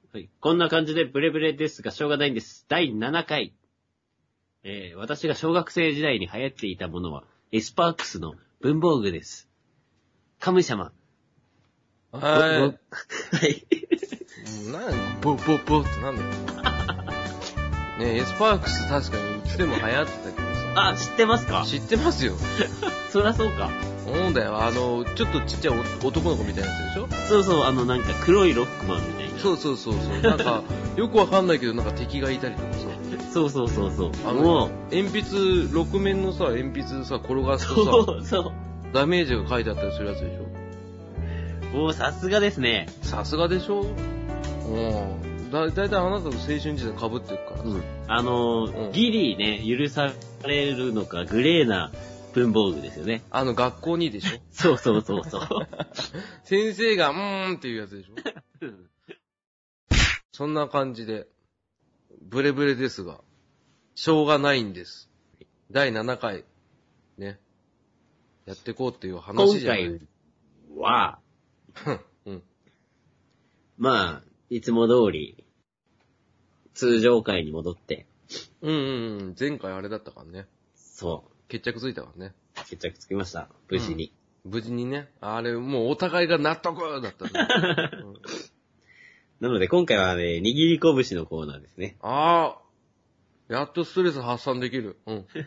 はい。こんな感じでブレブレですがしょうがないんです。第7回。私が小学生時代に流行っていたものは、エスパークスの文房具です。神様。 ははい。 い。ボってなんだよ。ねえ、エスパークス確かにうちでも流行ってたけどさ。 あ、知ってますか？ 知ってますよ。 そりゃそうか。 そうだよ。ちょっとちっちゃい男の子みたいなやつでしょ？ そうそう、なんか黒いロックマンみたいな。 そう。なんか、よくわかんないけど、なんか敵がいたりとかさ。 そう。 もう、鉛筆、6面のさ、鉛筆さ、転がすとさ、 そう。 ダメージが書いてあったりするやつでしょ？ もうさすがですね。 さすがでしょ？だいたいあなたと青春時代被ってるからさ。 ギリね、許されるのか、グレーな文房具ですよね。 学校にでしょ？ そう。 先生が、っていうやつでしょ？そんな感じで、ブレブレですが、しょうがないんです。第7回、ね。やってこうっていう話じゃない。 今回は、 うん。 まあ、いつも通り、通常回に戻って。 前回あれだったからね。 そう。 決着ついたからね。 決着つきました。無事に。 無事にね。あれ、もうお互いが納得だったね。 なので今回はね、握り拳のコーナーですね。 ああ。やっとストレス発散できる。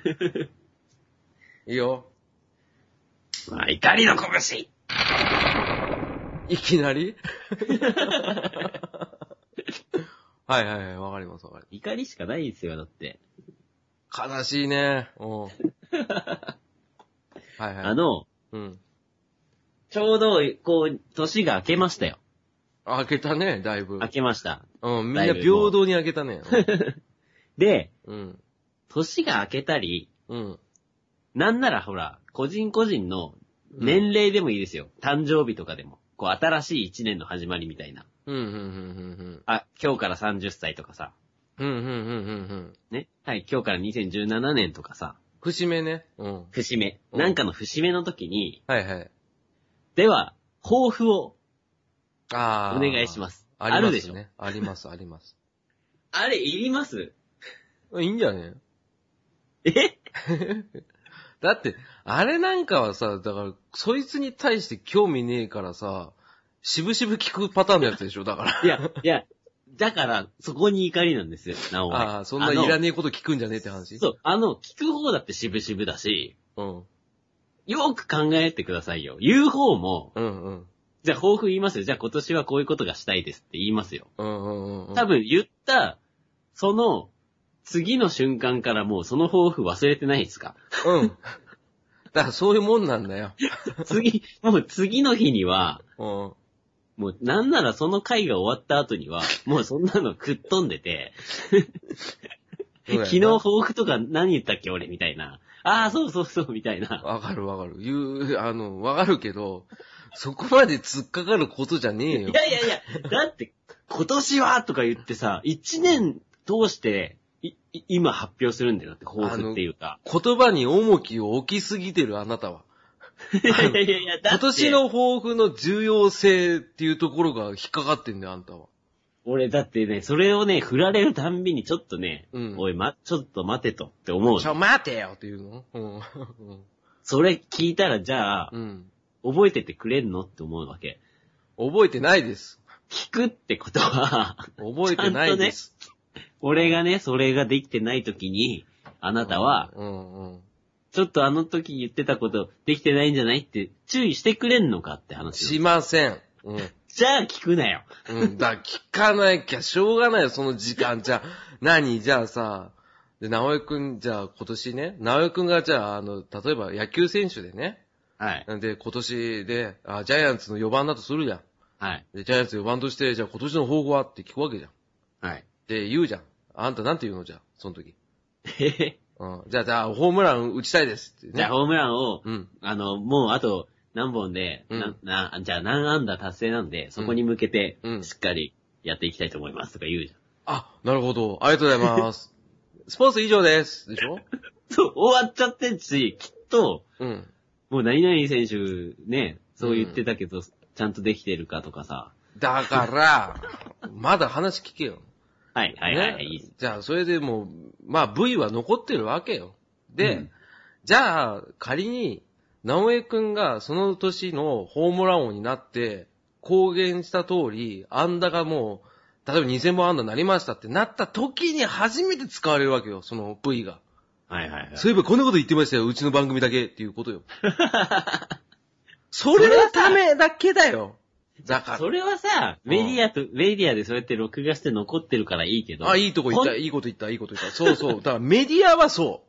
いいよ。 まあ、怒りの拳いきなりはい、わかります。 怒りしかないですよ、だって。 悲しいね。はい。 ちょうど、年が明けましたよ。 明けたね、だいぶ。 明けました。 みんな平等に明けたね。 で、年が明けたり、なんならほら、個人個人の年齢でもいいですよ。誕生日とかでも。新しい一年の始まりみたいな。あ、今日から30歳とかさ。ね。はい、今日から2017年とかさ。 節目ね。 節目。なんかの節目の時に。 はい。 では、抱負を。 お願いします。 あるでしょ。あります。 あれ、いります？ いいんじゃねえだって、あれなんかはさ、だから、そいつに対して興味ねえからさ、しぶしぶ聞くパターンのやつでしょ、だから。 いや、だから、そこに怒りなんですよ、なお。 そんないらねえこと聞くんじゃねえって話？ そう、聞く方だってしぶしぶだし、よく考えてくださいよ。言う方も、じゃあ抱負言いますよ。じゃあ今年はこういうことがしたいですって言いますよ。多分言った、その、次の瞬間からもうその抱負忘れてないですか？ だからそういうもんなんだよ。 もう次の日には、もうなんならその回が終わった後には、もうそんなの吹っ飛んでて、昨日抱負とか何言ったっけ俺みたいな。そうみたいな。 わかる。わかるけど、そこまで突っかかることじゃねえよ。 いや、だって今年はとか言ってさ、1年通して、今発表するんだよって抱負っていうか。 言葉に重きを置きすぎてるあなたは。 いや、だって今年の抱負の重要性っていうところが引っかかってんだよ、あんたは。 俺だってね、それをね、振られるたんびにちょっとね、おい、ちょっと待てとって思う。 待てよっていうの？ それ聞いたらじゃあ、覚えててくれんのって思うわけ。 覚えてないです。 聞くってことは、 覚えてないです。 俺がね、それができてない時に、あなたは、ちょっとあの時言ってたことできてないんじゃないって注意してくれんのかって話。 しません。 じゃあ聞くなよ。 聞かなきゃしょうがないよ、その時間。じゃあ、じゃあさ、で、直江くん、じゃあ今年ね、直江くんがじゃあ、例えば野球選手でね。 はい。 で、今年で、ジャイアンツの4番だとするじゃん。 はい。 で、ジャイアンツ4番として、じゃあ今年の抱負はって聞くわけじゃん。 はい。 で、言うじゃん。あんたなんて言うのじゃあ、その時。じゃあ、ホームラン打ちたいですって、ね。 じゃあ、ホームランを、もうあと何本で、じゃあ何安打達成なんで、そこに向けて、しっかりやっていきたいと思いますとか言うじゃん。なるほど。ありがとうございます。スポーツ以上です。でしょ？ そう、終わっちゃってんし、きっと、もう何々選手ね、そう言ってたけど、ちゃんとできてるかとかさ、 だから、まだ話聞けよ。 はいはいはい、 ね、じゃあ、それでもう、まあ V は残ってるわけよ。で、じゃあ、仮に、直江くんがその年のホームラン王になって、公言した通り、安打がもう、例えば2000本安打になりましたってなった時に初めて使われるわけよ、その V が。 はいはいはい。 そういえばこんなこと言ってましたよ、うちの番組だけっていうことよ。それのためだけだよ。だから。 それはさ、メディアでそうやって録画して残ってるからいいけど。 いいとこ言った、いいこと言った、いいこと言った。そうそう。だからメディアはそう。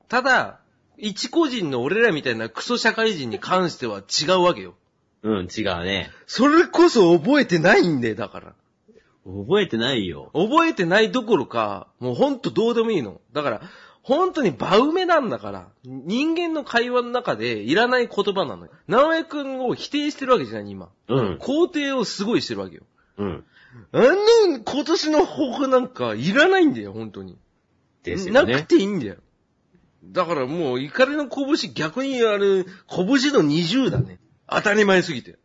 ただ、一個人の俺らみたいなクソ社会人に関しては違うわけよ。 うん、違うね。 それこそ覚えてないんで、だから。 覚えてないよ。 覚えてないどころか、もうほんとどうでもいいの。だから、本当に場埋めなんだから、人間の会話の中でいらない言葉なのよ。直江くんを否定してるわけじゃない、今。 うん。 肯定をすごいしてるわけよ。 うん。 今年の抱負なんかいらないんだよ、本当に。 ですよね。 なくていいんだよ。だからもう、怒りの拳、逆に拳の20だね。当たり前すぎて。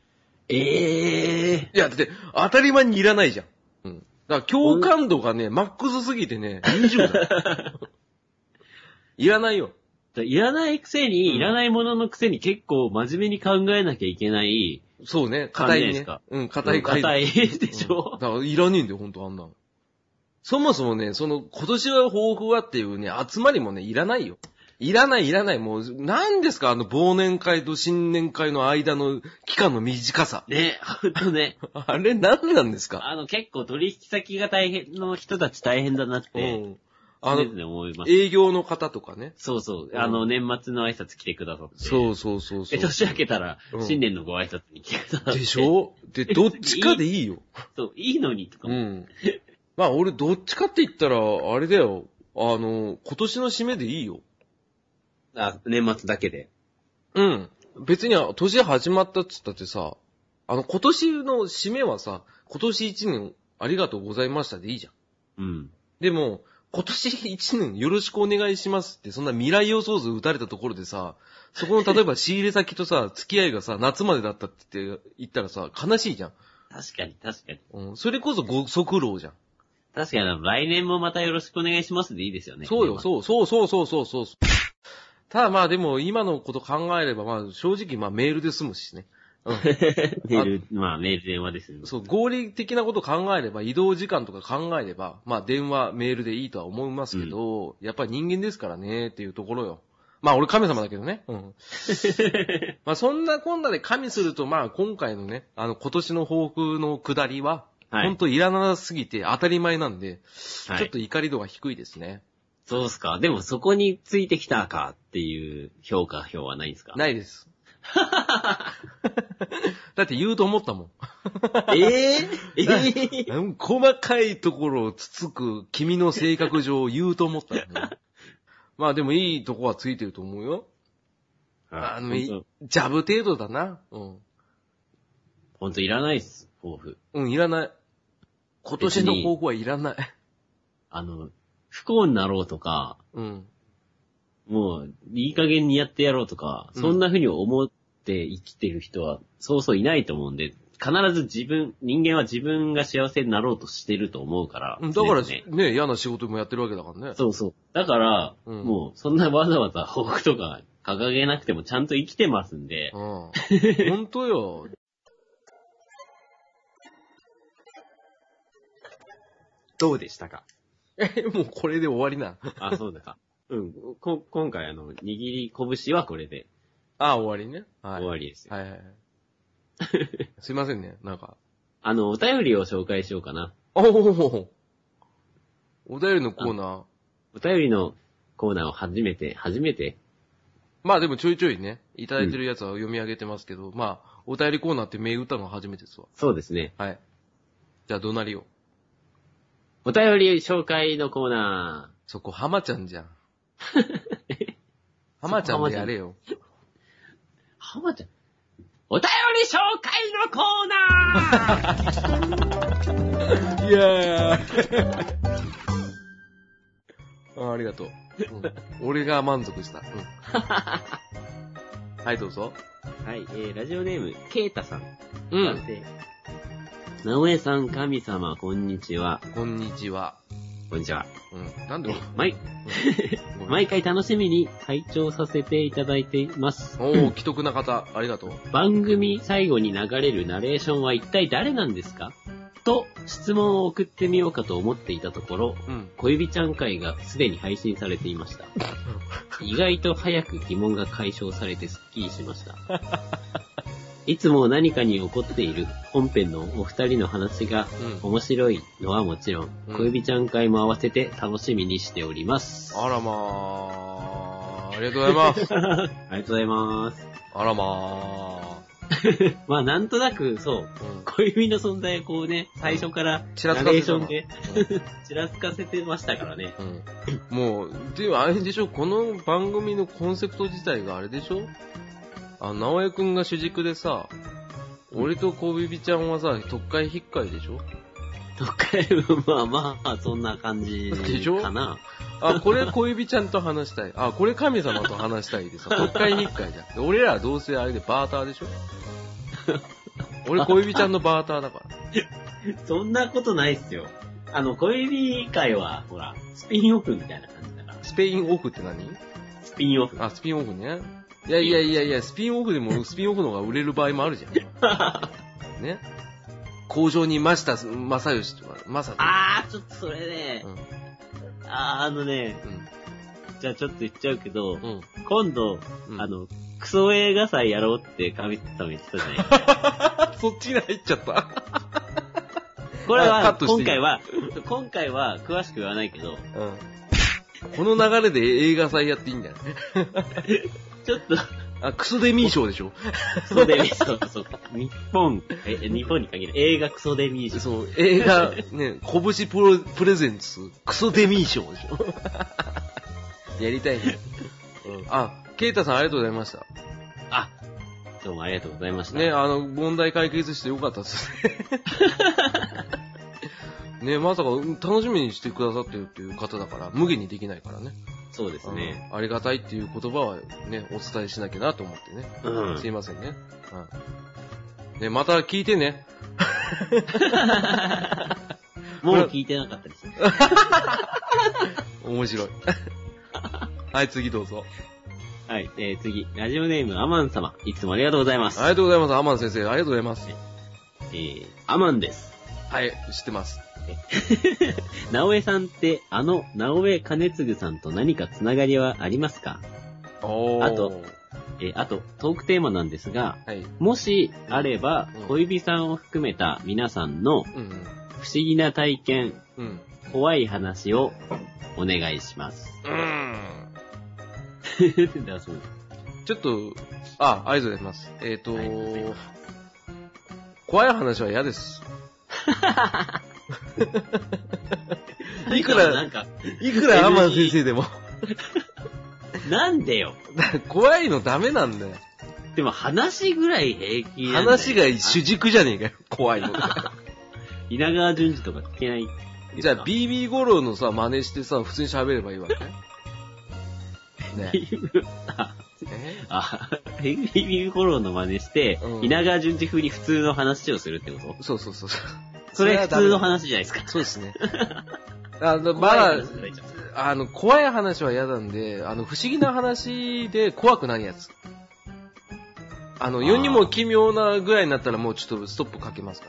いや、だって、当たり前にいらないじゃん。うん。だから共感度がね、マックスすぎてね、20だ。いらないよ。 いらないくせに、いらないもののくせに結構真面目に考えなきゃいけない。 そうね、硬いね。うん、硬いでしょ、 だからいらねえんだよ、ほんとあんなの。そもそもね、今年は抱負はっていうね、集まりもね、いらないよ。いらない。もう、何ですか忘年会と新年会の間の期間の短さ。 ね、ほんとね。 あれ何なんですか？ 結構取引先が大変の人たち大変だなって。うん。思います。 営業の方とかね。 そうそう。年末の挨拶来てくださって。 そう。 年明けたら、新年のご挨拶に来てくださって。 でしょ？で、どっちかでいいよ。 そう、いいのにとか。うん。 まあ、俺、どっちかって言ったら、あれだよ。今年の締めでいいよ。 年末だけで。 うん。別に、年始まったっつったってさ、今年の締めはさ、今年1年ありがとうございましたでいいじゃん。うん。でも、今年1年よろしくお願いしますって、そんな未来予想図打たれたところでさ、そこの例えば仕入れ先とさ、付き合いがさ、夏までだったって言ったらさ、悲しいじゃん。 確かに。 うん。それこそご足労じゃん。 確かに来年もまたよろしくお願いしますでいいですよね。 そうよ、そう。ただまあでも今のこと考えればまあ正直まあメールで済むしね。うん、 メール電話ですね。 そう、合理的なこと考えれば、移動時間とか考えれば、まあ電話、メールでいいとは思いますけど、やっぱり人間ですからねっていうところよ。まあ俺神様だけどね。うん。まあそんなこんなで神するとまあ今回のね、今年の抱負の下りは、はい、ほんといらなすぎて当たり前なんで、はい、ちょっと怒り度が低いですね。 そうっすか。でもそこについてきたかっていう評価表はないんですか？ ないです。だって言うと思ったもん。細かいところをつつく君の性格上言うと思ったのね。まあでもいいとこはついてると思うよ。ジャブ程度だな。うん。 ほんといらないっす、抱負。 うん、いらない。今年の抱負はいらない。 不幸になろうとか、うん。もう、いい加減にやってやろうとか、そんな風に思って生きてる人は、そうそういないと思うんで、必ず人間は自分が幸せになろうとしてると思うから。 だからね、嫌な仕事もやってるわけだからね。 そう。だから、もう、そんなわざわざ抱負とか掲げなくてもちゃんと生きてますんで。 ほんとよ。 どうでしたか？ もうこれで終わりな。 あ、そうだか。うん。今回握り拳はこれで。 終わりね。 はい。終わりですよ。 はい。すいませんね、なんか。 お便りを紹介しようかな。 お便りのコーナー。 お便りのコーナーを初めてまあでもちょいちょいね、いただいてるやつは読み上げてますけど、まあ、お便りコーナーって銘打ったのは初めてですわ。 そうですね。 はい。じゃあ、どなりを。 お便り紹介のコーナー。 そこ、浜ちゃんじゃん。浜ちゃんでやれよ。 浜ちゃん。お便り紹介のコーナーいやー。ありがとう。俺が満足した。はい、どうぞ。 はい、ラジオネーム、ケイタさん。 うん。 直江さん、神様、こんにちは。 こんにちは。 こんにちは。 なんで毎回楽しみに拝聴させていただいています。 既得な方、ありがとう。 番組最後に流れるナレーションは一体誰なんですかと質問を送ってみようかと思っていたところ、小指ちゃん会がすでに配信されていました。意外と早く疑問が解消されてスッキリしました。いつも何かに起こっている本編のお二人の話が面白いのはもちろん、小指ちゃん会も合わせて楽しみにしております。 あらまあ、ありがとうございます。 ありがとうございます。 あらまあ。 まあなんとなく、そう、小指の存在をこうね、最初からナレーションでちらつかせてましたからね。 もう、でもあれでしょ、この番組のコンセプト自体があれでしょ、直江くんが主軸でさ、俺と小指ちゃんはさ、特会引っかいでしょ。 特会、まあ、そんな感じかな。 これ小指ちゃんと話したい。これ神様と話したいでさ、特会引っかいじゃん。俺らはどうせあれでバーターでしょ。俺小指ちゃんのバーターだから。 そんなことないっすよ。小指会は、ほら、スピンオフみたいな感じだから。 スペインオフって何？ スピンオフ。 スピンオフね。いや、スピンオフでもスピンオフの方が売れる場合もあるじゃん。ね。工場に正義とか、 ちょっとそれね。じゃあちょっと言っちゃうけど、今度、クソ映画祭やろうって神様言ってたじゃないですか。 そっちに入っちゃった。 これは、今回は詳しく言わないけど、 この流れで映画祭やっていいんだよね。 ちょっと。 クソデミー賞でしょ。 クソデミー賞、そう。日本に限る映画クソデミー賞。 そう、映画、ね、拳プレゼンツ、クソデミー賞でしょ。やりたいね。ケイタさんありがとうございました。 どうもありがとうございました。 ね、問題解決してよかったですね。ね、まさか楽しみにしてくださってるっていう方だから、無限にできないからね。 そうですね。 ありがたいっていう言葉はね、お伝えしなきゃなと思ってね。すいませんね。ね、また聞いてね。 もう聞いてなかったです。 面白い。はい、次どうぞ。 はい、次。ラジオネーム、アマン様。いつもありがとうございます。 ありがとうございます。アマン先生、ありがとうございます。 アマンです。 はい、知ってます。 直江さんって、直江兼次さんと何かつながりはありますか？あと、トークテーマなんですが、もしあれば、小指さんを含めた皆さんの不思議な体験、怖い話をお願いします。 ちょっと、ありがとうございます。怖い話は嫌です。いくらアマン先生でも。 なんでよ。 怖いのダメなんだよ。 でも話ぐらい平気なんだよ。 話が主軸じゃねえかよ、怖いの。 稲川淳二とか聞けない。 じゃあ BB 五郎のさ、真似してさ、普通に喋ればいいわけね。 BB 五郎の真似して、稲川淳二風に普通の話をするってこと？ そう。 それ普通の話じゃないですか。 そうですね。怖い話は嫌なんで、不思議な話で怖くないやつ。世にも奇妙なぐらいになったらもうちょっとストップかけますから。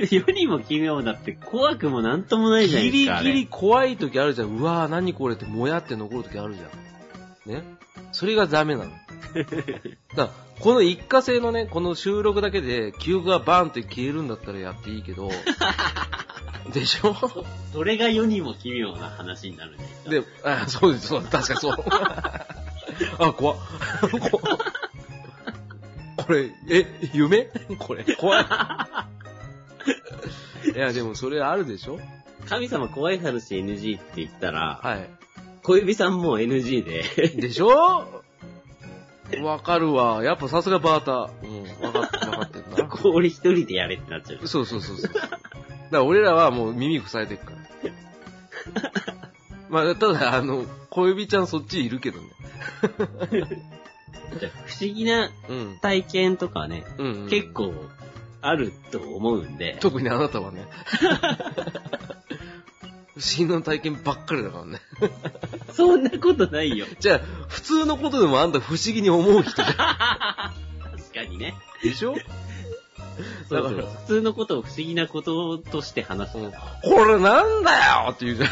世にも奇妙だって怖くもなんともないじゃないですか。 ギリギリ怖い時あるじゃん。うわぁ、何これってもやって残る時あるじゃん。ね。それがダメなの。だこの一過性のね、この収録だけで記憶がバーンって消えるんだったらやっていいけど、でしょ？ それが世にも奇妙な話になるね。 で、そうです、確かにそう。怖っ。これ、夢？これ、怖い。いや、でもそれあるでしょ？ 神様怖い話 NG って言ったら、 はい。 小指さんも NG で。 でしょ？わかるわ。やっぱさすがバーター。わかってるな。 俺一人でやれってなっちゃう。 そう。だから俺らはもう耳塞いでるから。まあ、ただ、小指ちゃんそっちいるけどね。 不思議な体験とかね、結構あると思うんで。 特にあなたはね。不思議な体験ばっかりだからね。 そんなことないよ。 じゃあ、普通のことでもあんた不思議に思う人じゃん。 確かにね。 でしょ？ だから、普通のことを不思議なこととして話す。これなんだよって言うじゃん。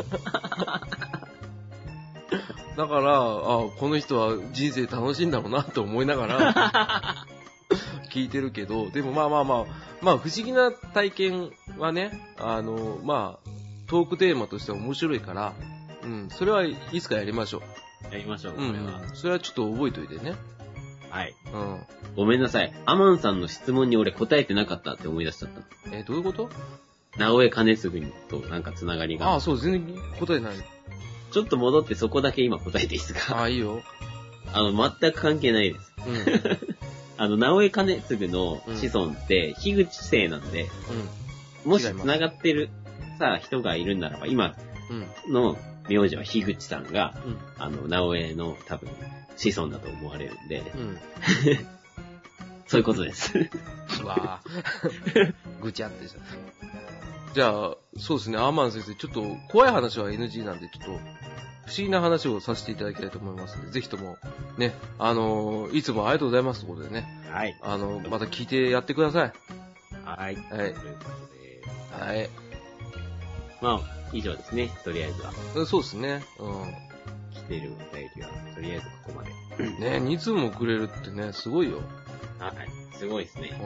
だから、この人は人生楽しいんだろうなと思いながら、聞いてるけど、でもまあ不思議な体験はね、トークテーマとしては面白いから、それはいつかやりましょう。 やりましょう、 これは。それはちょっと覚えといてね。 はい。ごめんなさい。アマンさんの質問に俺答えてなかったって思い出しちゃった。 どういうこと？ 直江兼次となんかつながりが。 そう、全然答えない。 ちょっと戻ってそこだけ今答えていいですか？ いいよ。 全く関係ないです。直江兼次の子孫って、樋口姓なんで、もし繋がってる人がいるんならば、今の名字は樋口さんが、直江の多分、子孫だと思われるんで、そういうことです。 うわぁ。ぐちゃってした。じゃあ、そうですね、アーマン先生、ちょっと怖い話は NG なんで、ちょっと、不思議な話をさせていただきたいと思いますので、ぜひとも、ね、いつもありがとうございますということでね。 はい。 また聞いてやってください。 はい。はい。ということで。 はい。 以上ですね、とりあえずは。 そうですね。 来てるお便りは、とりあえずここまで。 ね、2通もくれるってね、すごいよ。 はい。すごいですね。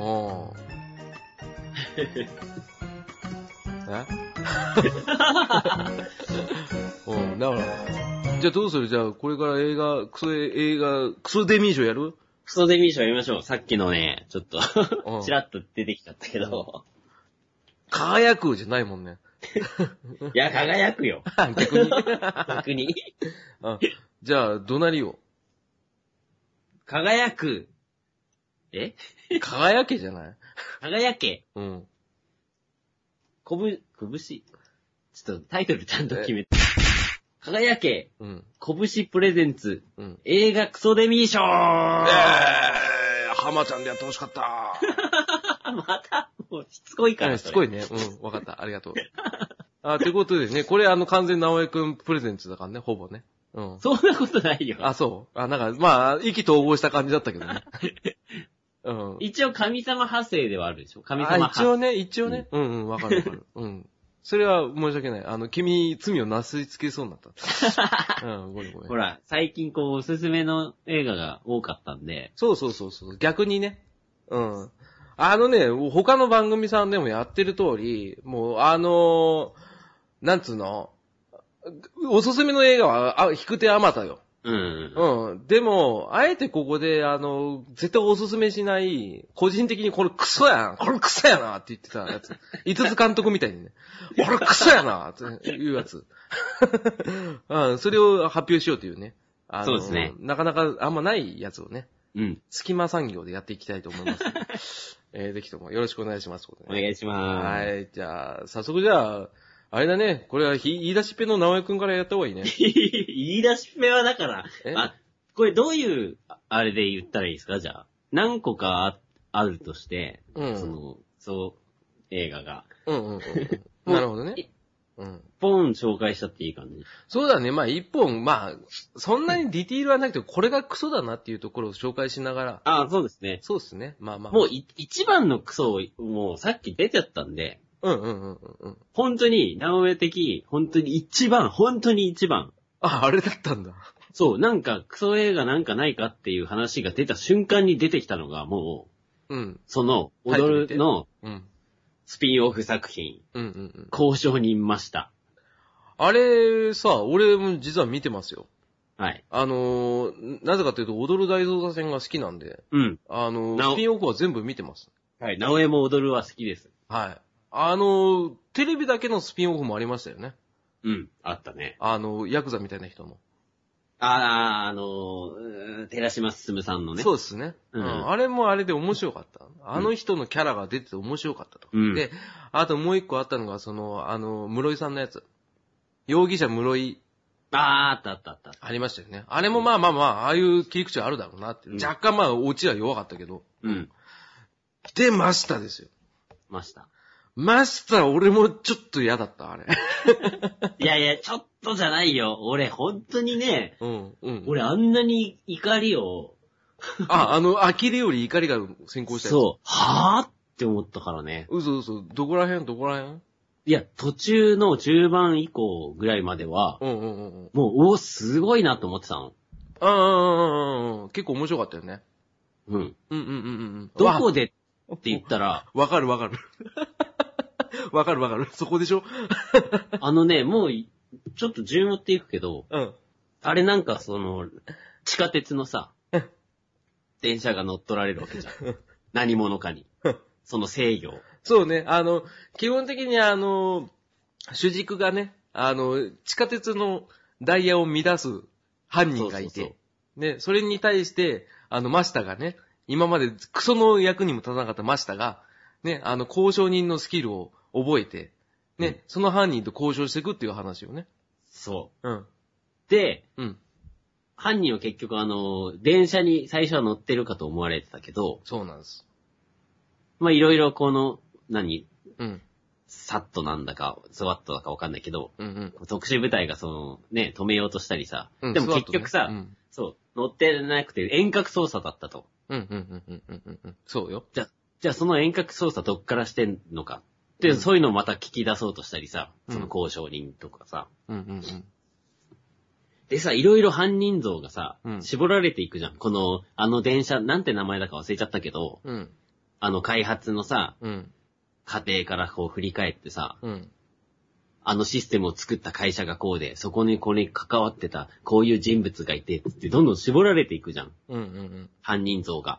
だから、じゃあどうする？じゃあ、これからクソデミー賞やる？ クソデミー賞やりましょう。さっきのね、ちょっとチラッと出てきちゃったけど。 輝くじゃないもんね。 いや、輝くよ。 逆に。 逆に。 じゃあ、どなりを。 輝く。 輝けじゃない？ 輝け。拳。ちょっとタイトルちゃんと決めて。輝け。拳プレゼンツ。映画クソデミー賞。 浜ちゃんでやってほしかった。 また、もうしつこいから。 しつこいね。わかった。ありがとう。ということでね、これ完全直江くんプレゼンツだからね、ほぼね。 そんなことないよ。 そう。意気投合した感じだったけどね。 一応神様派生ではあるでしょ？神様派。 一応ね。わかる。それは申し訳ない。君、罪をなすりつけそうになった。ごめん。 ほら、最近おすすめの映画が多かったんで。 そう。逆にね。他の番組さんでもやってる通り、もうなんつうの、おすすめの映画は、引く手あまたよ。でも、あえてここで、絶対おすすめしない、個人的にこれクソやなって言ってたやつ。五つ監督みたいにね。これクソやなっていうやつ。それを発表しようというね。 そうですね。 なかなかあんまないやつをね。隙間産業でやっていきたいと思います。ぜひともよろしくお願いします。 お願いします。 はい。じゃあ、早速じゃあ、あれだね。これは言い出しっぺの直江くんからやった方がいいね。 言い出しっぺはだから、これどういう、あれで言ったらいいですか？じゃあ。何個かあるとして、映画が。 なるほどね。 ポン紹介しちゃっていい感じ？ そうだね。一本、そんなにディティールはなくて、これがクソだなっていうところを紹介しながら。 そうですね。 そうですね。もう一番のクソを、もうさっき出ちゃったんで。本当に、直江的、本当に一番。 あれだったんだ。 そう、なんか、クソ映画なんかないかっていう話が出た瞬間に出てきたのが、もう、その、踊るの、スピンオフ作品、交渉にいました。 あれさ、俺も実は見てますよ。 はい。 なぜかというと、踊る大捜査線が好きなんで、スピンオフは全部見てます。 はい、直江も踊るは好きです。 はい。テレビだけのスピンオフもありましたよね。 あったね。 ヤクザみたいな人の。 寺島進さんのね。 そうですね。あれもあれで面白かった。あの人のキャラが出てて面白かったと。で、あともう一個あったのが、室井さんのやつ。容疑者室井。 あった。 ありましたよね。あれもああいう切り口あるだろうなって。若干オチは弱かったけど。 で、マスターですよ。 マスタマスター、俺もちょっと嫌だった、あれ。 いやいや、ちょっとじゃないよ。俺、本当にね、 うん、 俺あんなに怒りを。 呆れより怒りが先行したやつ。 そう、はぁって思ったからね。 嘘。どこら辺いや、途中の中盤以降ぐらいまでは、 うん。 もう、すごいなと思ってたの。 結構面白かったよね。 うん。 うん。 どこでって言ったら、 わかる。わかる。そこでしょもう、ちょっと順を追っていくけど、 うん。 あれなんか地下鉄のさ、電車が乗っ取られるわけじゃん。何者かに。その制御。 そうね、基本的に主軸がね、地下鉄のダイヤを乱す犯人がいて、 そうね、それに対して、マシタがね、今までクソの役にも立たなかったマシタが、ね、交渉人のスキルを覚えて、ね、その犯人と交渉していくっていう話よね。 そう。 うん。 で、 うん。 犯人は結局電車に最初は乗ってるかと思われてたけど、 そうなんです。 まあいろいろうん。 サットなんだか、スワットだかわかんないけど、 うん。 特殊部隊が止めようとしたりさ、 うん、 でも結局さ、そう、乗ってなくて遠隔操作だったと。 そうよ。 じゃあその遠隔操作どっからしてんのか。で、そういうのをまた聞き出そうとしたりさ、その交渉人とかさ。でさ、いろいろ犯人像がさ、絞られていくじゃん。電車、なんて名前だか忘れちゃったけど、開発のさ、過程から振り返ってさ、システムを作った会社がこうで、そこにこれ関わってた、こういう人物がいて、つってどんどん絞られていくじゃん。犯人像が。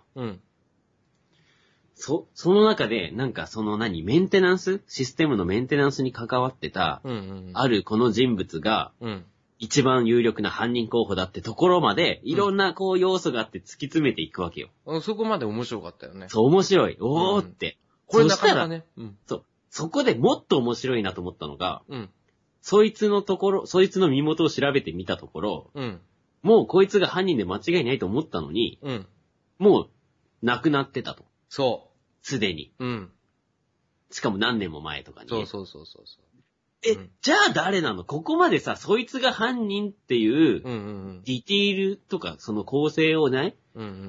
その中で、なんかメンテナンスシステムのメンテナンスに関わってた、あるこの人物が、一番有力な犯人候補だってところまで、いろんな要素があって突き詰めていくわけよ。 そこまで面白かったよね。 そう、面白い。おーって。 これなかなかね。 そう。そこでもっと面白いなと思ったのが、そいつの身元を調べてみたところ、もうこいつが犯人で間違いないと思ったのに、もう亡くなってたと。 そう。 すでに。しかも何年も前とかに、ね。 そう。 じゃあ誰なの？ここまでさ、そいつが犯人っていう、ディティールとかその構成をね、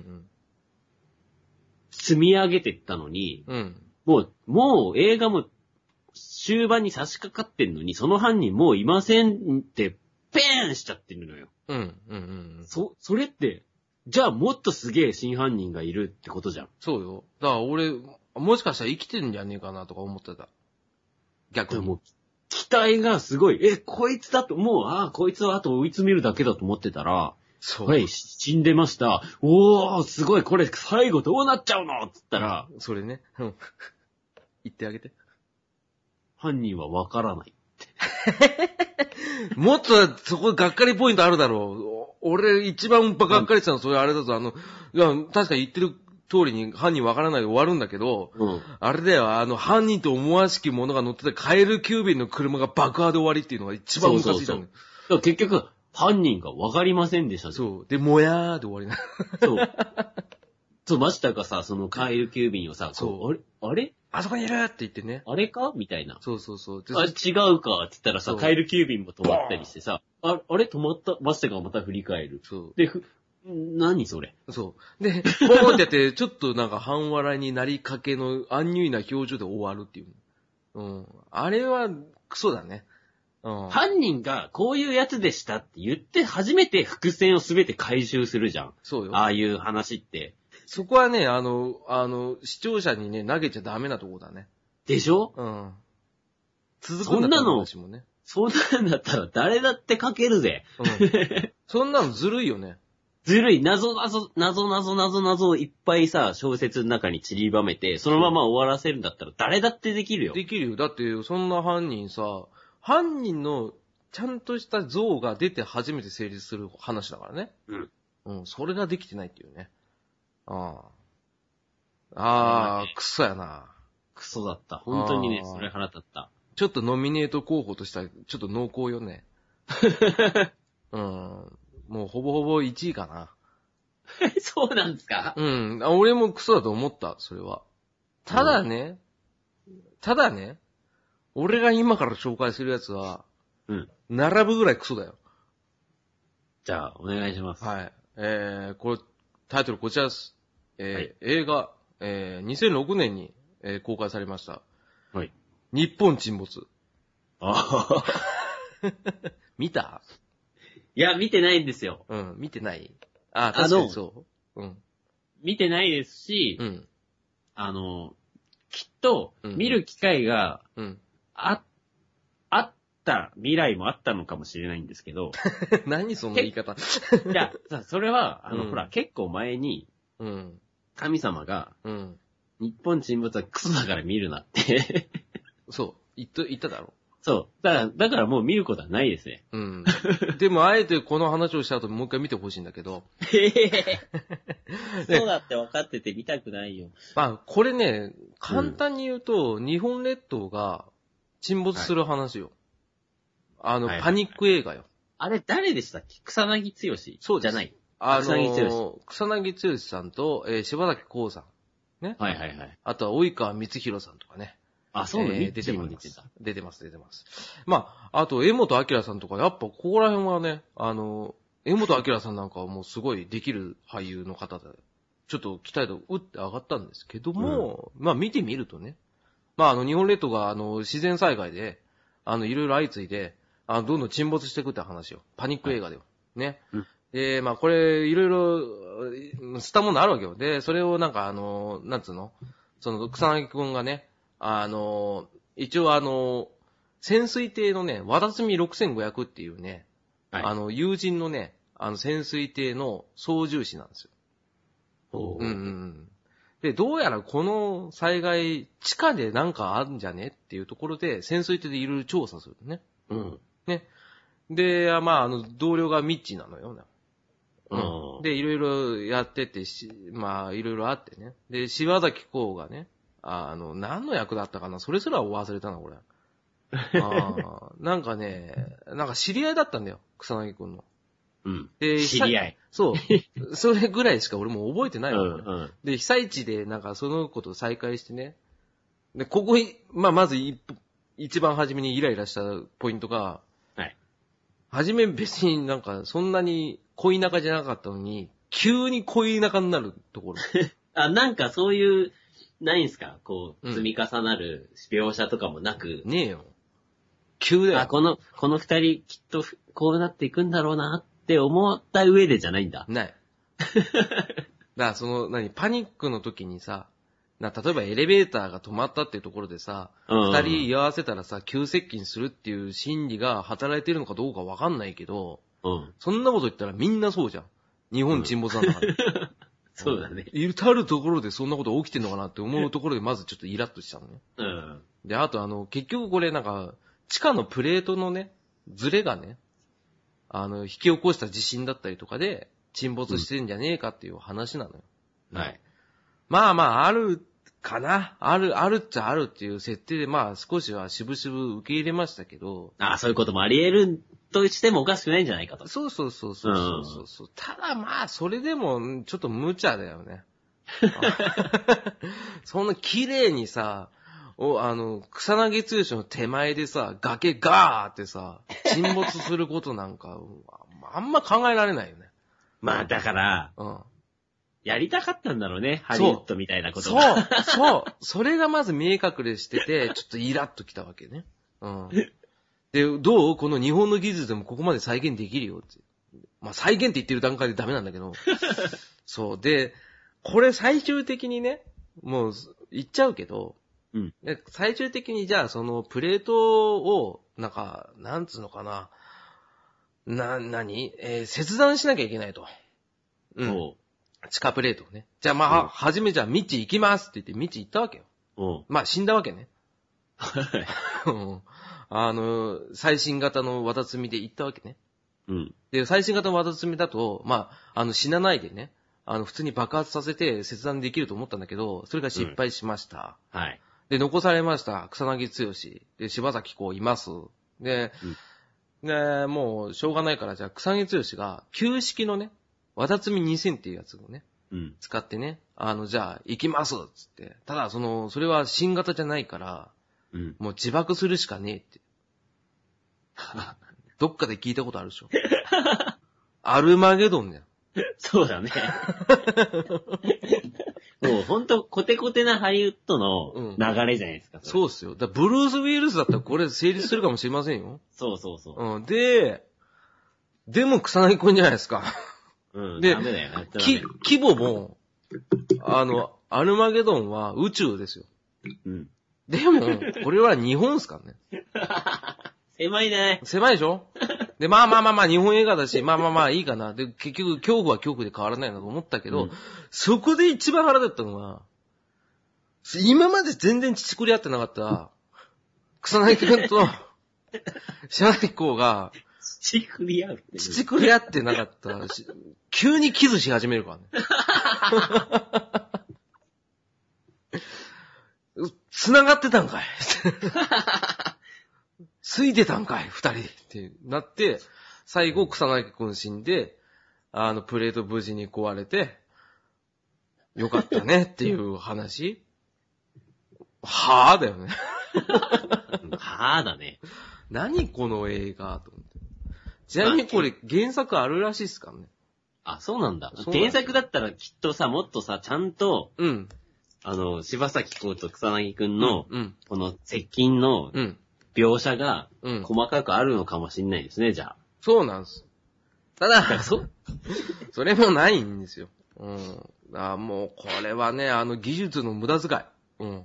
積み上げてったのに、もう映画も終盤に差し掛かってんのに、その犯人もういませんって、ペーンしちゃってるのよ。それって、じゃあもっとすげえ真犯人がいるってことじゃん。 そうよ。だから俺、もしかしたら生きてんじゃねえかなとか思ってた。逆に。 もう期待がすごい、こいつだと、こいつはあと追い詰めるだけだと思ってたら、はい、死んでました。おー、すごい、これ最後どうなっちゃうのつったら、 それね。言ってあげて。 犯人はわからない。 もっとそこがっかりポイントあるだろう。俺一番がっかりしたのそれあれだぞ。いや、確かに言ってる通りに犯人わからないで終わるんだけど、あれだよ、犯人と思わしき者が乗ってたカエル急便の車が爆破で終わりっていうのが一番ムカついたんだよ。 そう結局、犯人がわかりませんでした。 そう。で、もやーで終わりな。 そう。マシタがさ、そのカエル急便をさ、あれあそこにいるって言ってね。 あれかみたいな。 そう。 違うかって言ったらさ、カエル急便も止まったりしてさ、あれ止まった。マシタがまた振り返る。 そう。 で、何それ。 そう。で、ボーンってやって、ちょっとなんか半笑いになりかけの安入な表情で終わるっていう。あれは、クソだね。 犯人がこういうやつでしたって言って初めて伏線をすべて回収するじゃん。 そうよ。 ああいう話って。 そこはね、視聴者にね、投げちゃダメなとこだね。 でしょ？ 続くんだったら話もね。 そんなんだったら誰だって書けるぜ。 そんなのずるいよね。 ずるい。謎をいっぱいさ、小説の中に散りばめて、そのまま終わらせるんだったら誰だってできるよ。 できるよ。だって、そんな犯人のちゃんとした像が出て初めて成立する話だからね。それができてないっていうね。クソやな。 クソだった。本当にね、それ腹立った。 ちょっとノミネート候補としたら、ちょっと濃厚よね。もうほぼほぼ1位かな。 そうなんですか？ 俺もクソだと思った、それは。 ただね、俺が今から紹介するやつは、 うん。 並ぶぐらいクソだよ。 じゃあ、お願いします。 はい。タイトルこちらです。 はい、 映画、2006年に、公開されました。 はい。 日本沈没。 ああ。 見た？ いや、見てないんですよ。 うん、見てない。あ、確かにそう。うん。 見てないですし、 うん。 きっと、見る機会が、 うん。 あった未来もあったのかもしれないんですけど。 何その言い方。 いや、それは、 ほら、結構前に、 うん。 神様が、 うん。 日本沈没はクソだから見るなってそう。言っただろ。 そう。だからもう見ることはないですね。 うん。でも、あえてこの話をした後もう一回見てほしいんだけど。 そうだって分かってて見たくないよ。 まあ、これね、簡単に言うと、日本列島が沈没する話よ。パニック映画よ。 あれ誰でしたっけ？草薙剛。 そうじゃない。 草薙剛さんと、柴崎幸さん。ね。 はいはいはい。 あとは、及川光弘さんとかね。 あ、そうなの、 出てます。まあ、あと、江本明さんとか、やっぱ、ここら辺はね、江本明さんなんかはもうすごいできる俳優の方で、ちょっと期待度、って上がったんですけども、まあ、見てみるとね、まあ、日本列島が、自然災害で、いろいろ相次いで、どんどん沈没していくって話よ。パニック映画でよ。ね。で、まあ、これ、いろいろ、したものあるわけよ。で、それをなんか、なんつうの？その、草薙くんがね、一応潜水艇のね、和田摘6500っていうね、はい、友人のね、潜水艇の操縦士なんですよ。で、どうやらこの災害、地下でなんかあるんじゃねっていうところで、潜水艇でいろいろ調査するね。 うん。 ね。で、まあ、同僚がミッチーなのよ。で、いろいろやっててまあ、いろいろあってね。で、柴崎幸がね、何の役だったかな、それすら忘れたな、これ。なんかね、なんか知り合いだったんだよ、草薙くんの。 うん。で、知り合い。 そう。それぐらいしか俺も覚えてないわ、 うん。 で、被災地でなんかその子と再会してね。で、ここ、まあ、まず一番初めにイライラしたポイントが、 はい。 初め別になんかそんなに恋仲じゃなかったのに、急に恋仲になるところ。 なんかそういう、ないんすか？こう、積み重なる描写とかもなく。 ねえよ。急だよ。 この二人きっとこうなっていくんだろうなって思った上でじゃないんだ。 ない。だからパニックの時にさ、例えばエレベーターが止まったっていうところでさ、二人居合わせたらさ、急接近するっていう心理が働いてるのかどうかわかんないけど、そんなこと言ったらみんなそうじゃん。日本沈没なんだから。 そうだね。 至るところでそんなこと起きてんのかなって思うところでまずちょっとイラッとしたのね。で、あと結局これなんか、地下のプレートのね、ズレがね、引き起こした地震だったりとかで沈没してんじゃねえかっていう話なのよ。 はい。 まあまあ、あるかな。あるっちゃあるっていう設定で、まあ少しは渋々受け入れましたけど。 そういうこともあり得るとしてもおかしくないんじゃないかと。 そう。ただまあ、それでも、ちょっと無茶だよね。そんな綺麗にさ、草薙剛の手前でさ、崖ガーってさ、沈没することなんか、あんま考えられないよね。 まあだから、やりたかったんだろうね、ハリウッドみたいなことが。そう。それがまず見え隠れしてて、ちょっとイラッときたわけね。で、どう？この日本の技術でもここまで再現できるよって。まあ再現って言ってる段階でダメなんだけど。そう。で、これ最終的にね、もう言っちゃうけど、で最終的にじゃあそのプレートを、なんつうのかな。切断しなきゃいけないと。地下プレートをね。じゃあまあ、はじめじゃあミッチ行きますって言ってミッチ行ったわけよ。まあ死んだわけね。最新型の綿積みで行ったわけね。で、最新型の綿積みだと、まあ、死なないでね、普通に爆発させて切断できると思ったんだけど、それが失敗しました。 はい。 で、残されました、草薙剛。で、柴崎こういます。で、もう、しょうがないから、じゃあ、草薙剛が、旧式のね、綿積み2000っていうやつをね、 使ってね、じゃあ、行きますつって。ただ、それは新型じゃないから、もう自爆するしかねえって。どっかで聞いたことあるでしょ。アルマゲドンだよ。 そうだね。もうほんとコテコテなハリウッドの流れじゃないですか。 そうっすよ。ブルース・ウィルスだったらこれ成立するかもしれませんよ。 そうそうそう。 でも草薙くんじゃないですか。で、 ダメだよな。 規模も、アルマゲドンは宇宙ですよ。でも、これは日本っすからね。 狭いね。 狭いでしょ？で、まあ、日本映画だし、まあ、いいかな。で、結局、恐怖は恐怖で変わらないなと思ったけど、そこで一番腹立ったのが、今まで全然乳くり合ってなかった、草薙くんと、シャイコが、 乳くり合ってなかった。急にキスし始めるからね。繋がってたんかいついてたんかい二人ってなって、最後草薙くん死んで、プレート無事に壊れて、よかったねっていう話はぁだよね。 はぁだね。 何この映画と思って。ちなみにこれ原作あるらしいっすからね。 あ、そうなんだ。原作だったらきっとさ、もっとさ、ちゃんと、柴咲コウと草薙くんの、この接近の描写が、細かくあるのかもしんないですね、じゃあ。 そうなんです。ただ、それもないんですよ。もう、これはね、技術の無駄遣い。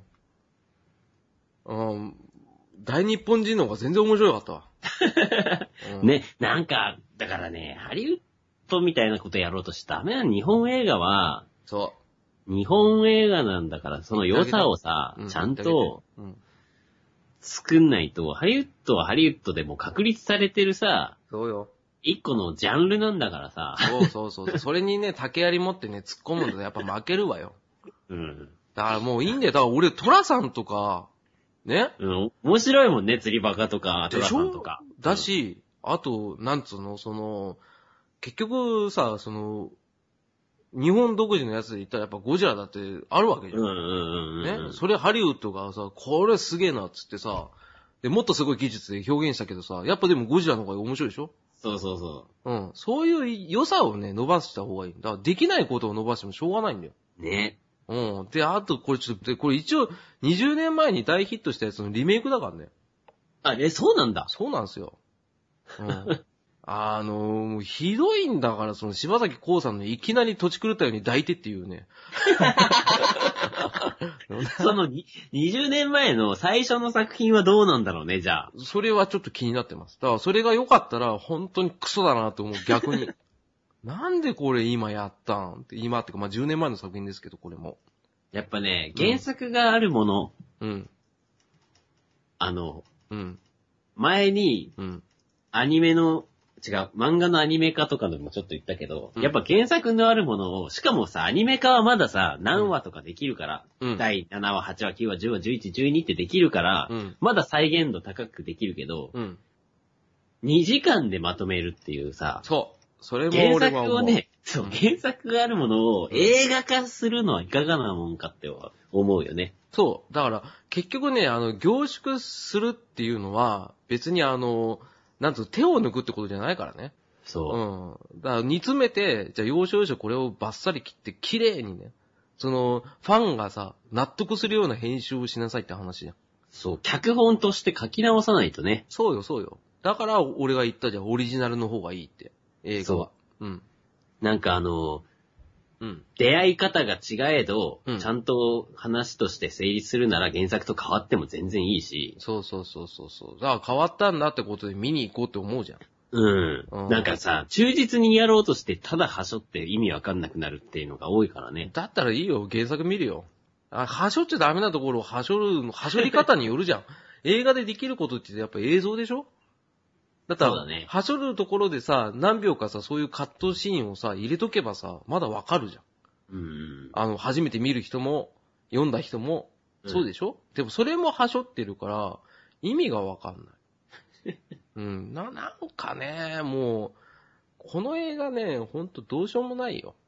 大日本人の方が全然面白かったわ。 ね、なんか、だからね、ハリウッドみたいなことやろうとしちゃダメな日本映画は、日本映画なんだから、その良さをさ、ちゃんと、作んないと、ハリウッドはハリウッドでも確立されてるさ、 そうよ。 一個のジャンルなんだからさ。 そう。それにね、竹槍持ってね、突っ込むとやっぱ負けるわよ。だからもういいんだよ。だから俺、トラさんとか、ね。 面白いもんね、釣りバカとか、トラさんとか。 だし、あと、なんつうの、結局さ、日本独自のやつで言ったらやっぱゴジラだってあるわけじゃん。ね。それハリウッドがさ、これすげえなっつってさ、で、もっとすごい技術で表現したけどさ、やっぱでもゴジラの方が面白いでしょ？ そう。 そういう良さをね、伸ばした方がいい。だからできないことを伸ばしてもしょうがないんだよ。 ね。 で、あと、これ一応、20年前に大ヒットしたやつのリメイクだからね。 あ、そうなんだ。 そうなんですよ。ひどいんだから、柴咲コウさんのいきなり土地狂ったように抱いてっていうね。 20年前の最初の作品はどうなんだろうね、じゃあ。 それはちょっと気になってます。だから、それが良かったら、本当にクソだなと思う、逆に。なんでこれ今やったんって、今ってか、まあ、10年前の作品ですけど、これも。 やっぱね、原作があるもの。前に、アニメの、漫画のアニメ化とかでもちょっと言ったけど、やっぱ原作のあるものを、しかもさ、アニメ化はまださ、何話とかできるから、第7話、8話、9話、10話、11、12ってできるから、まだ再現度高くできるけど、2時間でまとめるっていうさ、 それも原作をね、原作があるものを映画化するのはいかがなもんかって思うよね。 そう。だから、結局ね、凝縮するっていうのは、別になんつう、手を抜くってことじゃないからね。 そう。だから煮詰めて、じゃあ要所要所これをバッサリ切って綺麗にね、ファンがさ、納得するような編集をしなさいって話じゃん。 そう、脚本として書き直さないとね。 そうよ。だから俺が言ったじゃん、オリジナルの方がいいって。映画は。 なんか出会い方が違えど、ちゃんと話として成立するなら原作と変わっても全然いいし。 そう。だから変わったんだってことで見に行こうって思うじゃん。 なんかさ、忠実にやろうとしてただはしょって意味わかんなくなるっていうのが多いからね。 だったらいいよ、原作見るよ。はしょっちゃダメなところをはしょり方によるじゃん。映画でできることってやっぱ映像でしょ？だったら、ね、はしょるところでさ、何秒かさ、そういうカットシーンをさ、入れとけばさ、まだわかるじゃん。初めて見る人も、読んだ人も、そうでしょ？でもそれもはしょってるから、意味がわかんない。なんかね、もう、この映画ね、ほんとどうしようもないよ。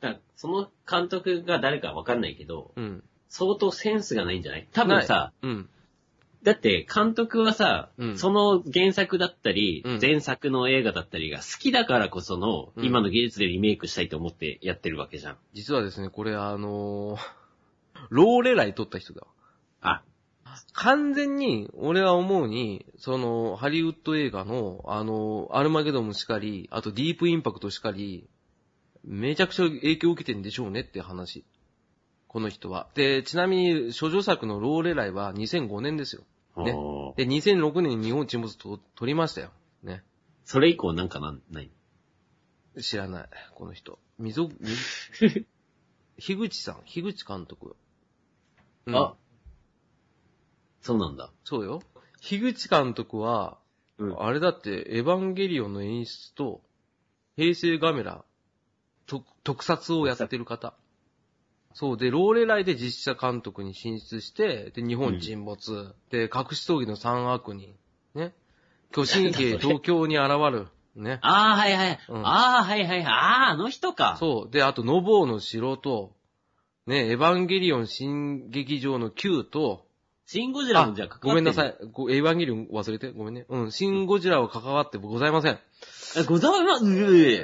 だからその監督が誰かわかんないけど、相当センスがないんじゃない多分さ、だって監督はさ、その原作だったり、前作の映画だったりが好きだからこその、今の技術でリメイクしたいと思ってやってるわけじゃん。 実はですね、これローレライ撮った人だ。 あ、 完全に、俺は思うに、ハリウッド映画の、アルマゲドンもしかり、あとディープインパクトしかり、めちゃくちゃ影響を受けてんでしょうねって話。この人は。で、ちなみに、処女作のローレライは2005年ですよ。ね。で、2006年に日本沈没と撮りましたよ。ね。 それ以降なんかない知らない、この人。樋口監督。 あ、そうなんだ。 そうよ。樋口監督は、あれだって、エヴァンゲリオンの演出と、平成ガメラ、特撮をやってる方。そう。で、ローレライで実写監督に進出して、で、日本沈没。で、隠し闘技の3悪人。ね。巨神兵東京に現る。ね。 ああ、はいはい。はいはい。あの人か。 そう。で、あと、ノボーの城と、ね、エヴァンゲリオン新劇場の Q と、 シンゴジラもじゃあ関わってる。 ごめんなさい。エヴァンゲリオン忘れて。ごめんね。シンゴジラは関わってございません。 ございます。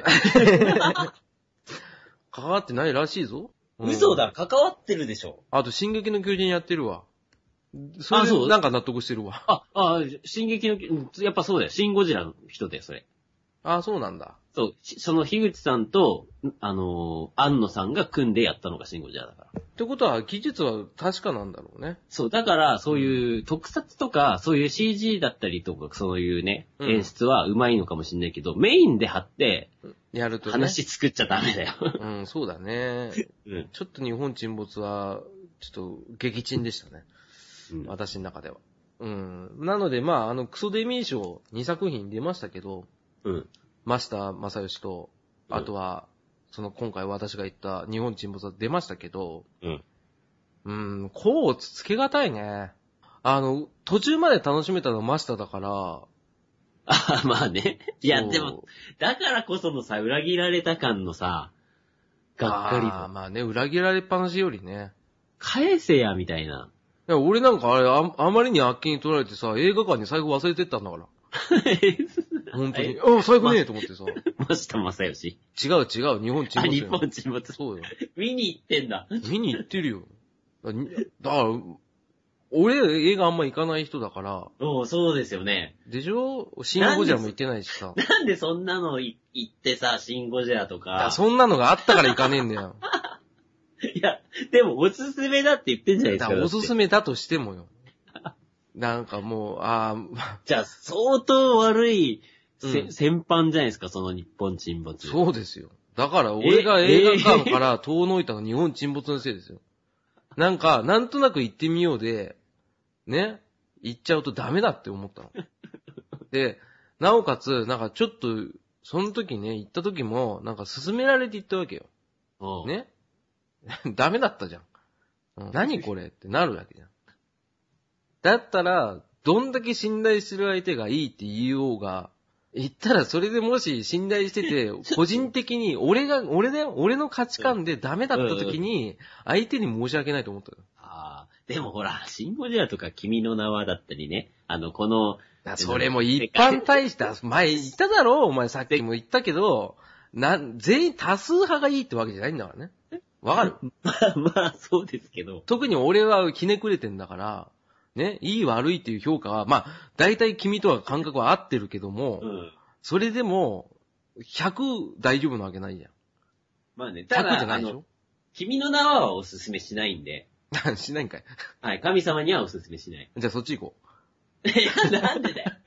関わってないらしいぞ。 嘘だ、関わってるでしょ。 あと、進撃の巨人やってるわ。それでなんか納得してるわ。 進撃の、やっぱそうだよ。シンゴジラの人だよ、それ。 そうなんだ。 そう、その樋口さんと、安野さんが組んでやったのがシンゴジラだから。 ってことは、技術は確かなんだろうね。 そう、だから、そういう特撮とか、そういう CG だったりとか、そういうね、演出は上手いのかもしれないけど、メインで張って、 やるとね。 話作っちゃダメだよ。 そうだね。ちょっと日本沈没は、ちょっと撃沈でしたね。私の中では。なので、クソデミー賞2作品出ましたけど、増田正義と、あとは、今回私が言った日本沈没は出ましたけど、こうつけがたいね。途中まで楽しめたのは増田だから、 まあね。いや、でも、だからこそのさ、裏切られた感のさ、がっかりさ。 まあね、裏切られっぱなしよりね。 返せや、みたいな。 いや、俺なんかあれ、あまりにあっけに取られてさ、映画館に財布忘れてったんだから。本当に。財布ねえと思ってさ。 増田正義。 違う、日本沈没。 日本沈没。 そうよ。 見に行ってんだ。 見に行ってるよ。だから、俺映画あんま行かない人だから。 そうですよね。 でしょ？シンゴジラも行ってないしさ。 なんでそんなの行ってさ、シンゴジラとか。 そんなのがあったから行かねえんだよ。 いや、でもおすすめだって言ってんじゃないですか。 おすすめだとしてもよ。なんかもう、 じゃあ、相当悪い、先般じゃないですか、その日本沈没。 そうですよ。だから俺が映画館から遠のいたの日本沈没のせいですよ。なんとなく行ってみようで、ね、行っちゃうとダメだって思ったの。で、なおかつ、なんかちょっと、その時ね、行った時も、なんか勧められて行ったわけよ。ねダメだったじゃん。何これってなるわけじゃん。だったら、どんだけ信頼してる相手がいいって言おうが、言ったらそれでもし信頼してて、個人的に俺の価値観でダメだった時に、相手に申し訳ないと思ったよ。 でもほら、シンゴジラとか君の名はだったりね、この、 それも一般大した、前言っただろお前さっきも言ったけど、全員多数派がいいってわけじゃないんだからね。わかるまあ、そうですけど。 特に俺はひねくれてんだから、ね、いい悪いっていう評価は、大体君とは感覚は合ってるけども、それでも、100大丈夫なわけないじゃん。 まあね、ただ、 100じゃないでしょ？ 君の名はおすすめしないんで。 しないんかい。 はい、神様にはおすすめしない。 じゃあそっち行こう。いや、なんでだよ。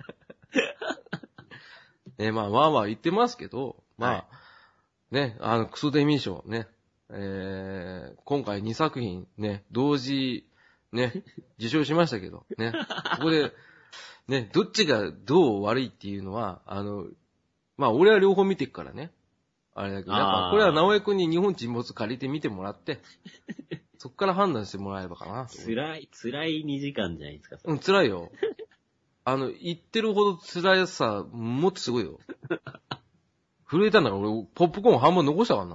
わーわー言ってますけど、ね、クソデミー賞ね、今回2作品ね、同時、ね、受賞しましたけど、ね、ここで、ね、どっちがどう悪いっていうのは、俺は両方見てっからね。あれだけど、やっぱこれは直江くんに日本沈没借りて見てもらって、そっから判断してもらえばかな。 辛い2時間じゃないですか。 辛いよ。言ってるほど辛いさ、もっとすごいよ。震えたんだから俺、ポップコーン半分残したからな。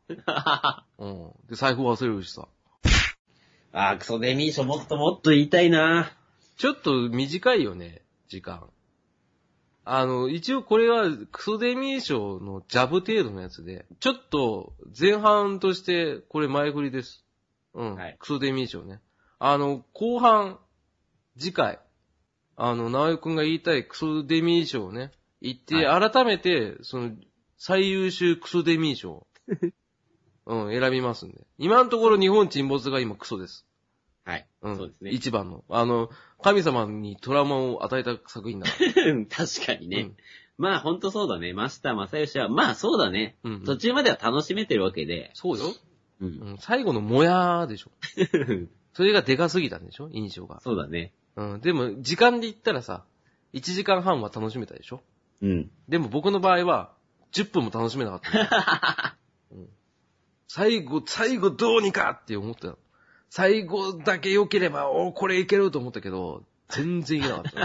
うん。で、財布忘れるしさ。 クソデミー賞もっと言いたいな。 ちょっと短いよね、時間。一応これはクソデミー賞のジャブ程度のやつで、ちょっと前半としてこれ前振りです。うん。はい、クソデミー賞ね。後半、次回、直江くんが言いたいクソデミー賞をね、言って、改めて、最優秀クソデミー賞、うん、選びますんで。今のところ日本沈没が今クソです。 はい。うん。そうですね。 一番の。神様にトラウマを与えた作品だから。 確かにね。うん、まあほんとそうだね。増田正義は、まあそうだね、うんうん。途中までは楽しめてるわけで。 そうよ。うん。最後のもやーでしょ。それがでかすぎたんでしょ印象が。 そうだね。 うん。でも、時間で言ったらさ、1時間半は楽しめたでしょうん。でも僕の場合は、10分も楽しめなかった、うん。最後どうにかって思ったよ。最後だけ良ければ、これいけると思ったけど、全然いけなかった。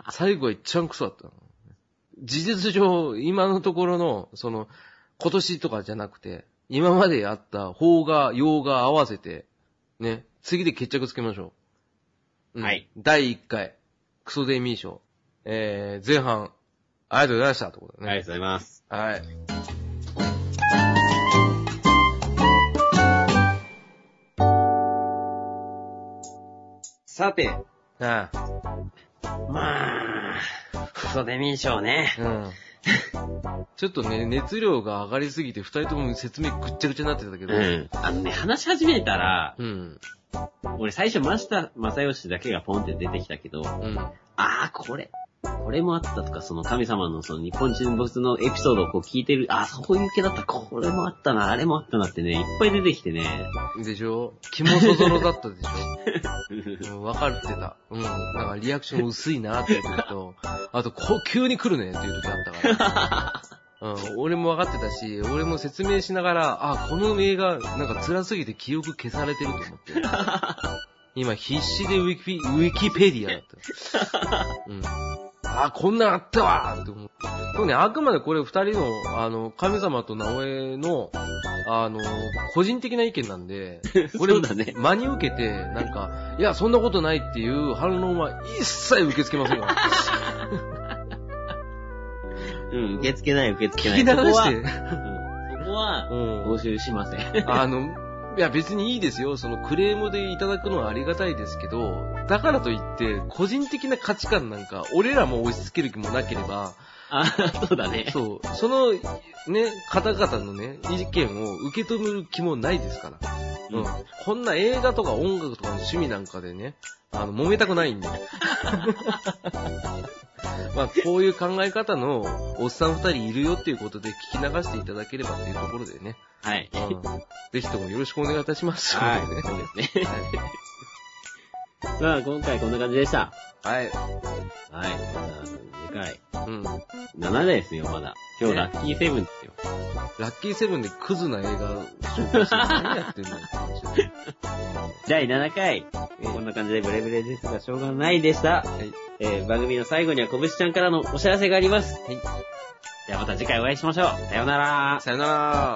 最後は一番クソだった。事実上、今のところの、今年とかじゃなくて、今までやった邦画、洋画合わせて、ね、次で決着つけましょう。うん、はい。第1回、クソデミー賞。前半、ありがとうございました。ということでね。 ありがとうございます。 はい。 さて。 ああ。 まあ、クソデミー賞ね。うん。 ちょっとね、熱量が上がりすぎて二人とも説明ぐっちゃぐちゃになってたけど。うん。 話し始めたら、うん。俺最初増田正義だけがポンって出てきたけど、うん。これもあったとか、神様の日本沈没のエピソードを聞いてる、そういう系だった、これもあったな、あれもあったなってね、いっぱい出てきてね。 でしょ？気もそぞろだったでしょ？分かってた。うん。なんかリアクション薄いなっていう時と、あと、急に来るねっていう時あったから。うん、俺も分かってたし、俺も説明しながら、この映画、なんか辛すぎて記憶消されてると思って。今必死でウィキペディアだった。うん。こんなんあったわーって思って。そうね、あくまでこれ二人の、神様と直江の、個人的な意見なんで、これ、ね、真に受けて、なんか、いや、そんなことないっていう反論は一切受け付けませんから。 うん、受け付けない。 聞き流して。そこは、募集しません。 いや別にいいですよ。クレームでいただくのはありがたいですけど、だからといって、個人的な価値観なんか、俺らも押し付ける気もなければ、 そうだね。 そう。ね、方々のね、意見を受け止める気もないですから。うん。こんな映画とか音楽とかの趣味なんかでね、揉めたくないんで。まあ、こういう考え方のおっさん二人いるよっていうことで聞き流していただければっていうところでね。 はい。 ぜひともよろしくお願いいたします。 はい。そうですね。まあ、今回こんな感じでした。 はい。はい。 次回。うん。7ですよ、まだ。今日ラッキーセブンですよ。 ラッキーセブンでクズな映画紹介して何やってんの第7回。こんな感じでブレブレですがしょうがないでした。はい。番組の最後にはこぶしちゃんからのお知らせがあります。はい。ではまた次回お会いしましょう。さようなら。 さようなら。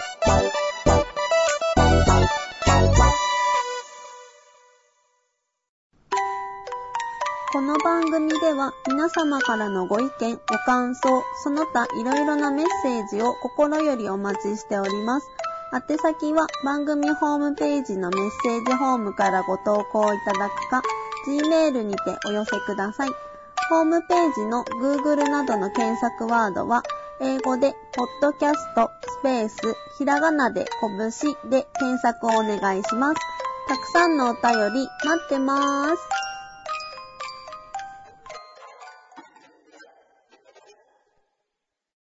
この番組では皆様からのご意見、ご感想、その他いろいろなメッセージを心よりお待ちしております。宛先は番組ホームページのメッセージフォームからご投稿いただくか、Gmail にてお寄せください。ホームページの Google などの検索ワードは、英語でポッドキャストスペースひらがなでこぶしで検索をお願いします。たくさんのお便り待ってます。